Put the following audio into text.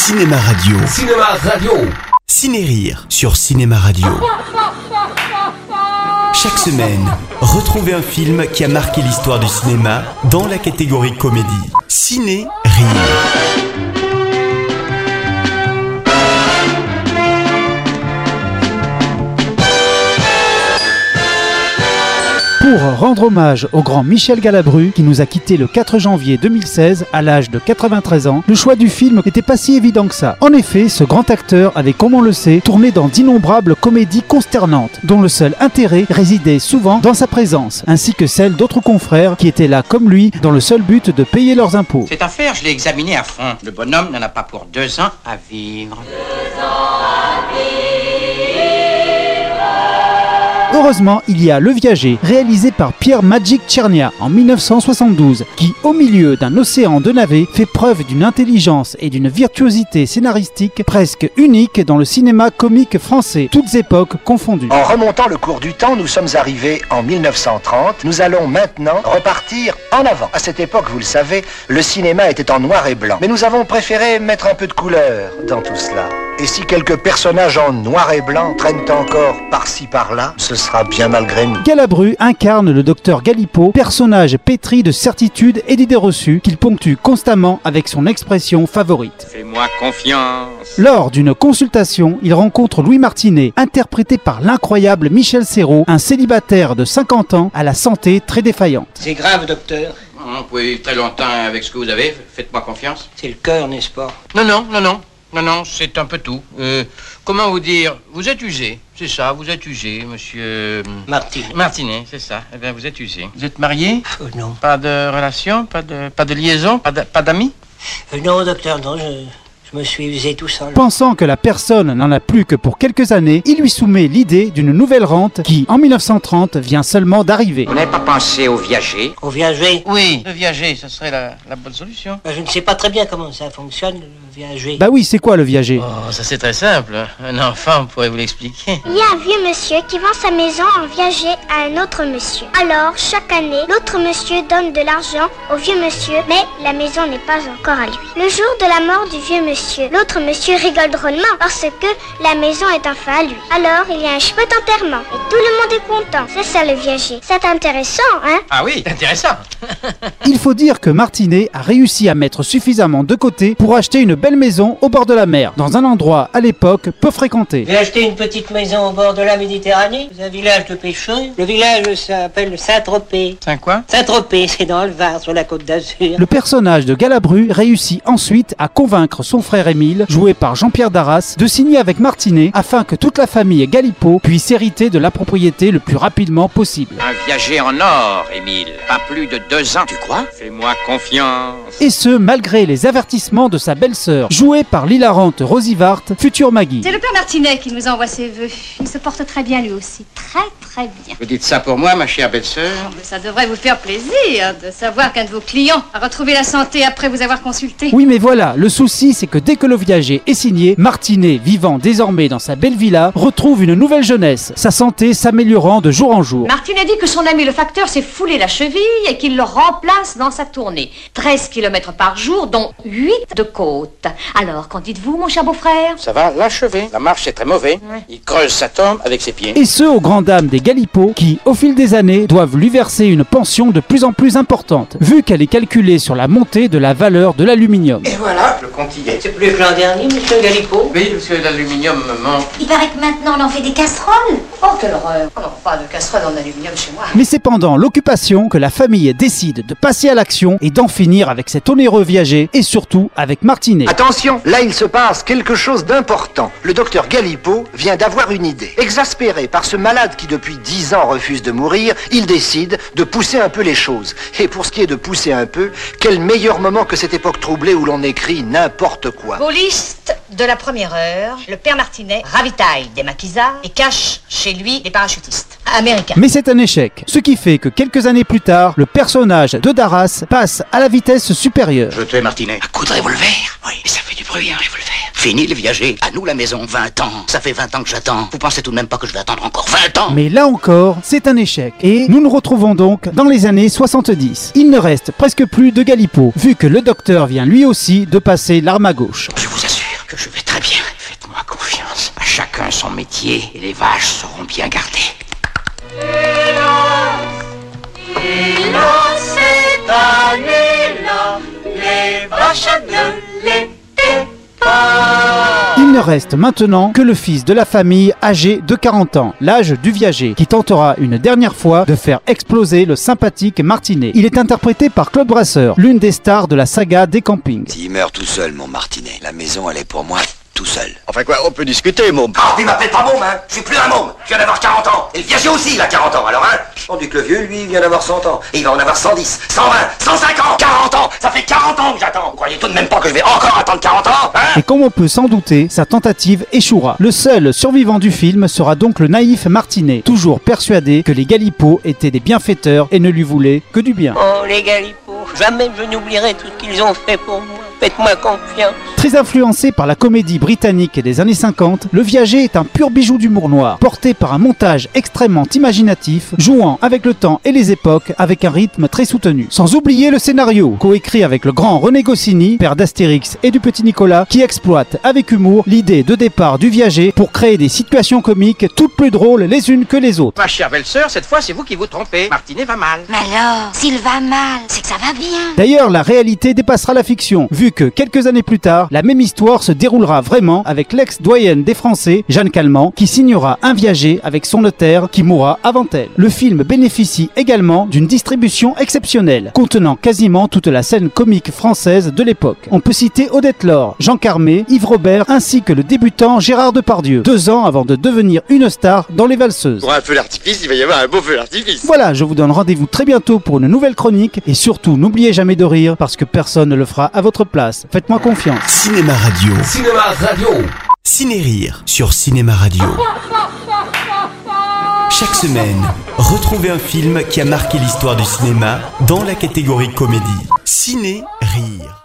Cinéma Radio. Cinéma Radio. Ciné-Rire sur Cinéma Radio. Chaque semaine, retrouvez un film qui a marqué l'histoire du cinéma dans la catégorie comédie. Ciné-Rire. Pour rendre hommage au grand Michel Galabru, qui nous a quittés le 4 janvier 2016 à l'âge de 93 ans, le choix du film n'était pas si évident que ça. En effet, ce grand acteur avait, comme on le sait, tourné dans d'innombrables comédies consternantes, dont le seul intérêt résidait souvent dans sa présence, ainsi que celle d'autres confrères qui étaient là comme lui, dans le seul but de payer leurs impôts. Cette affaire, je l'ai examinée à fond. Le bonhomme n'en a pas pour 2 ans à vivre. 2 ans à vivre. Heureusement, il y a Le Viager, réalisé par Pierre Magic Tchernia en 1972, qui, au milieu d'un océan de navets, fait preuve d'une intelligence et d'une virtuosité scénaristique presque unique dans le cinéma comique français, toutes époques confondues. En remontant le cours du temps, nous sommes arrivés en 1930. Nous allons maintenant repartir en avant. À cette époque, vous le savez, le cinéma était en noir et blanc. Mais nous avons préféré mettre un peu de couleur dans tout cela. Et si quelques personnages en noir et blanc traînent encore par-ci par-là, ce sera bien malgré nous. Galabru incarne le docteur Galipeau, personnage pétri de certitudes et d'idées reçues qu'il ponctue constamment avec son expression favorite. Fais-moi confiance. Lors d'une consultation, il rencontre Louis Martinet, interprété par l'incroyable Michel Serrault, un célibataire de 50 ans à la santé très défaillante. C'est grave, docteur. Vous pouvez vivre très longtemps avec ce que vous avez. Faites-moi confiance. C'est le cœur, n'est-ce pas? Non, c'est un peu tout. Comment vous dire? Vous êtes usé. C'est ça, vous êtes usé, monsieur... Martinet, c'est ça. Eh bien, vous êtes usé. Vous êtes marié? Non. Pas de relation? Pas de liaison? Pas d'amis? Non, docteur, non, je me suis usé tout seul. Pensant que la personne n'en a plus que pour quelques années, il lui soumet l'idée d'une nouvelle rente qui, en 1930, vient seulement d'arriver. Vous n'avez pas pensé au viager? Au viager? Oui, le viager, ça serait la bonne solution. Je ne sais pas très bien comment ça fonctionne, le viager. Bah oui, c'est quoi le viager? Oh, ça c'est très simple. Un enfant pourrait vous l'expliquer. Il y a un vieux monsieur qui vend sa maison en viager à un autre monsieur. Alors, chaque année, l'autre monsieur donne de l'argent au vieux monsieur, mais la maison n'est pas encore à lui. Le jour de la mort du vieux monsieur, l'autre monsieur rigole drôlement parce que la maison est enfin à lui. Alors, il y a un chouette enterrement et tout le monde est content. C'est ça le viager. C'est intéressant, hein? Ah oui, intéressant. Il faut dire que Martinet a réussi à mettre suffisamment de côté pour acheter une belle maison au bord de la mer, dans un endroit à l'époque peu fréquenté. J'ai acheté une petite maison au bord de la Méditerranée, dans un village de pêcheurs. Le village s'appelle Saint-Tropez. C'est quoi? Saint-Tropez, c'est dans le Var, sur la Côte d'Azur. Le personnage de Galabru réussit ensuite à convaincre son frère Émile, joué par Jean-Pierre Darras, de signer avec Martinet afin que toute la famille Galipeau puisse hériter de la propriété le plus rapidement possible. Un viager en or, Émile. Pas plus de 2 ans, tu crois? Fais-moi confiance. Et ce, malgré les avertissements de sa belle-sœur, jouée par l'hilarante Rosie Vart, future Maggie. C'est le père Martinet qui nous envoie ses vœux. Il se porte très bien lui aussi. Très bien. Vous dites ça pour moi, ma chère belle-sœur? Mais ça devrait vous faire plaisir de savoir qu'un de vos clients a retrouvé la santé après vous avoir consulté. Oui, mais voilà, le souci c'est que dès que le viager est signé, Martinet, vivant désormais dans sa belle villa, retrouve une nouvelle jeunesse, sa santé s'améliorant de jour en jour. Martinet dit que son ami le facteur s'est foulé la cheville et qu'il le remplace dans sa tournée. 13 km par jour, dont 8 de côte. Alors, qu'en dites-vous, mon cher beau-frère? Ça va l'achever. La marche est très mauvaise. Il creuse sa tombe avec ses pieds. Et ce, aux grandes dames des Galipeau, qui, au fil des années, doivent lui verser une pension de plus en plus importante, vu qu'elle est calculée sur la montée de la valeur de l'aluminium. Et voilà, le compte y est. C'est plus que l'an dernier, monsieur Galipeau? Oui, parce que l'aluminium me manque. Il paraît que maintenant on en fait des casseroles. Oh, quelle horreur. On n'aura pas de casserole en aluminium chez moi. Mais c'est pendant l'occupation que la famille décide de passer à l'action et d'en finir avec cet onéreux viager et surtout avec Martinet. Attention, là il se passe quelque chose d'important. Le docteur Galipeau vient d'avoir une idée. Exaspéré par ce malade qui depuis 10 ans refuse de mourir, il décide de pousser un peu les choses. Et pour ce qui est de pousser un peu, quel meilleur moment que cette époque troublée où l'on écrit n'importe quoi. Gaulliste de la première heure, le père Martinet ravitaille des maquisards et cache chez lui des parachutistes américains. Mais c'est un échec, ce qui fait que quelques années plus tard, le personnage de Darras passe à la vitesse supérieure. Je t'ai, Martinet. Un coup de revolver? Oui, mais ça fait du bruit, un revolver. Fini le viager, à nous la maison, 20 ans. Ça fait 20 ans que j'attends. Vous pensez tout de même pas que je vais attendre encore 20 ans? Mais là encore, c'est un échec. Et nous nous retrouvons donc dans les années 70. Il ne reste presque plus de Galipeau, vu que le docteur vient lui aussi de passer l'arme à gauche. Je vous assure, que je vais très bien. Faites-moi confiance. À chacun son métier et les vaches seront bien gardées. Hélas, cette année-là, les vaches ne l'étaient pas. Il ne reste maintenant que le fils de la famille âgé de 40 ans, l'âge du viager, qui tentera une dernière fois de faire exploser le sympathique Martinet. Il est interprété par Claude Brasseur, l'une des stars de la saga des campings. S'il meurt tout seul, mon Martinet, la maison elle est pour moi tout seul. Enfin quoi, on peut discuter, môme. Ah, il m'appelle pas môme, hein. Je suis plus un môme. Je viens d'avoir 40 ans. Et le viager aussi, il a 40 ans, alors, hein. Tandis que le vieux, lui, il vient d'avoir 100 ans. Et il va en avoir 110, 120, 150, 40 ans. Ça fait 40 ans que j'attends. Vous croyez tout de même pas que je vais encore attendre 40 ans, hein? Et comme on peut s'en douter, sa tentative échouera. Le seul survivant du film sera donc le naïf Martinet, toujours persuadé que les Galipots étaient des bienfaiteurs et ne lui voulaient que du bien. Oh, les Galipots, jamais je n'oublierai tout ce qu'ils ont fait pour moi. Faites-moi confiance. Très influencé par la comédie britannique des années 50, Le Viager est un pur bijou d'humour noir, porté par un montage extrêmement imaginatif, jouant avec le temps et les époques avec un rythme très soutenu. Sans oublier le scénario, coécrit avec le grand René Goscinny, père d'Astérix et du petit Nicolas, qui exploite avec humour l'idée de départ du Viager pour créer des situations comiques toutes plus drôles les unes que les autres. Ma chère belle-sœur, cette fois c'est vous qui vous trompez. Martinet va mal. Mais alors, s'il va mal, c'est que ça va bien. D'ailleurs, la réalité dépassera la fiction, vu que quelques années plus tard, la même histoire se déroulera vraiment avec l'ex-doyenne des Français, Jeanne Calment, qui signera un viager avec son notaire qui mourra avant elle. Le film bénéficie également d'une distribution exceptionnelle, contenant quasiment toute la scène comique française de l'époque. On peut citer Odette Laure, Jean Carmé, Yves Robert, ainsi que le débutant Gérard Depardieu, 2 ans avant de devenir une star dans Les Valseuses. Pour un feu d'artifice, il va y avoir un beau feu d'artifice. Voilà, je vous donne rendez-vous très bientôt pour une nouvelle chronique, et surtout n'oubliez jamais de rire, parce que personne ne le fera à votre place. Faites-moi confiance. Cinéma Radio. Cinéma Radio. Ciné-Rire sur Cinéma Radio. Chaque semaine, retrouvez un film qui a marqué l'histoire du cinéma dans la catégorie comédie. Ciné-Rire.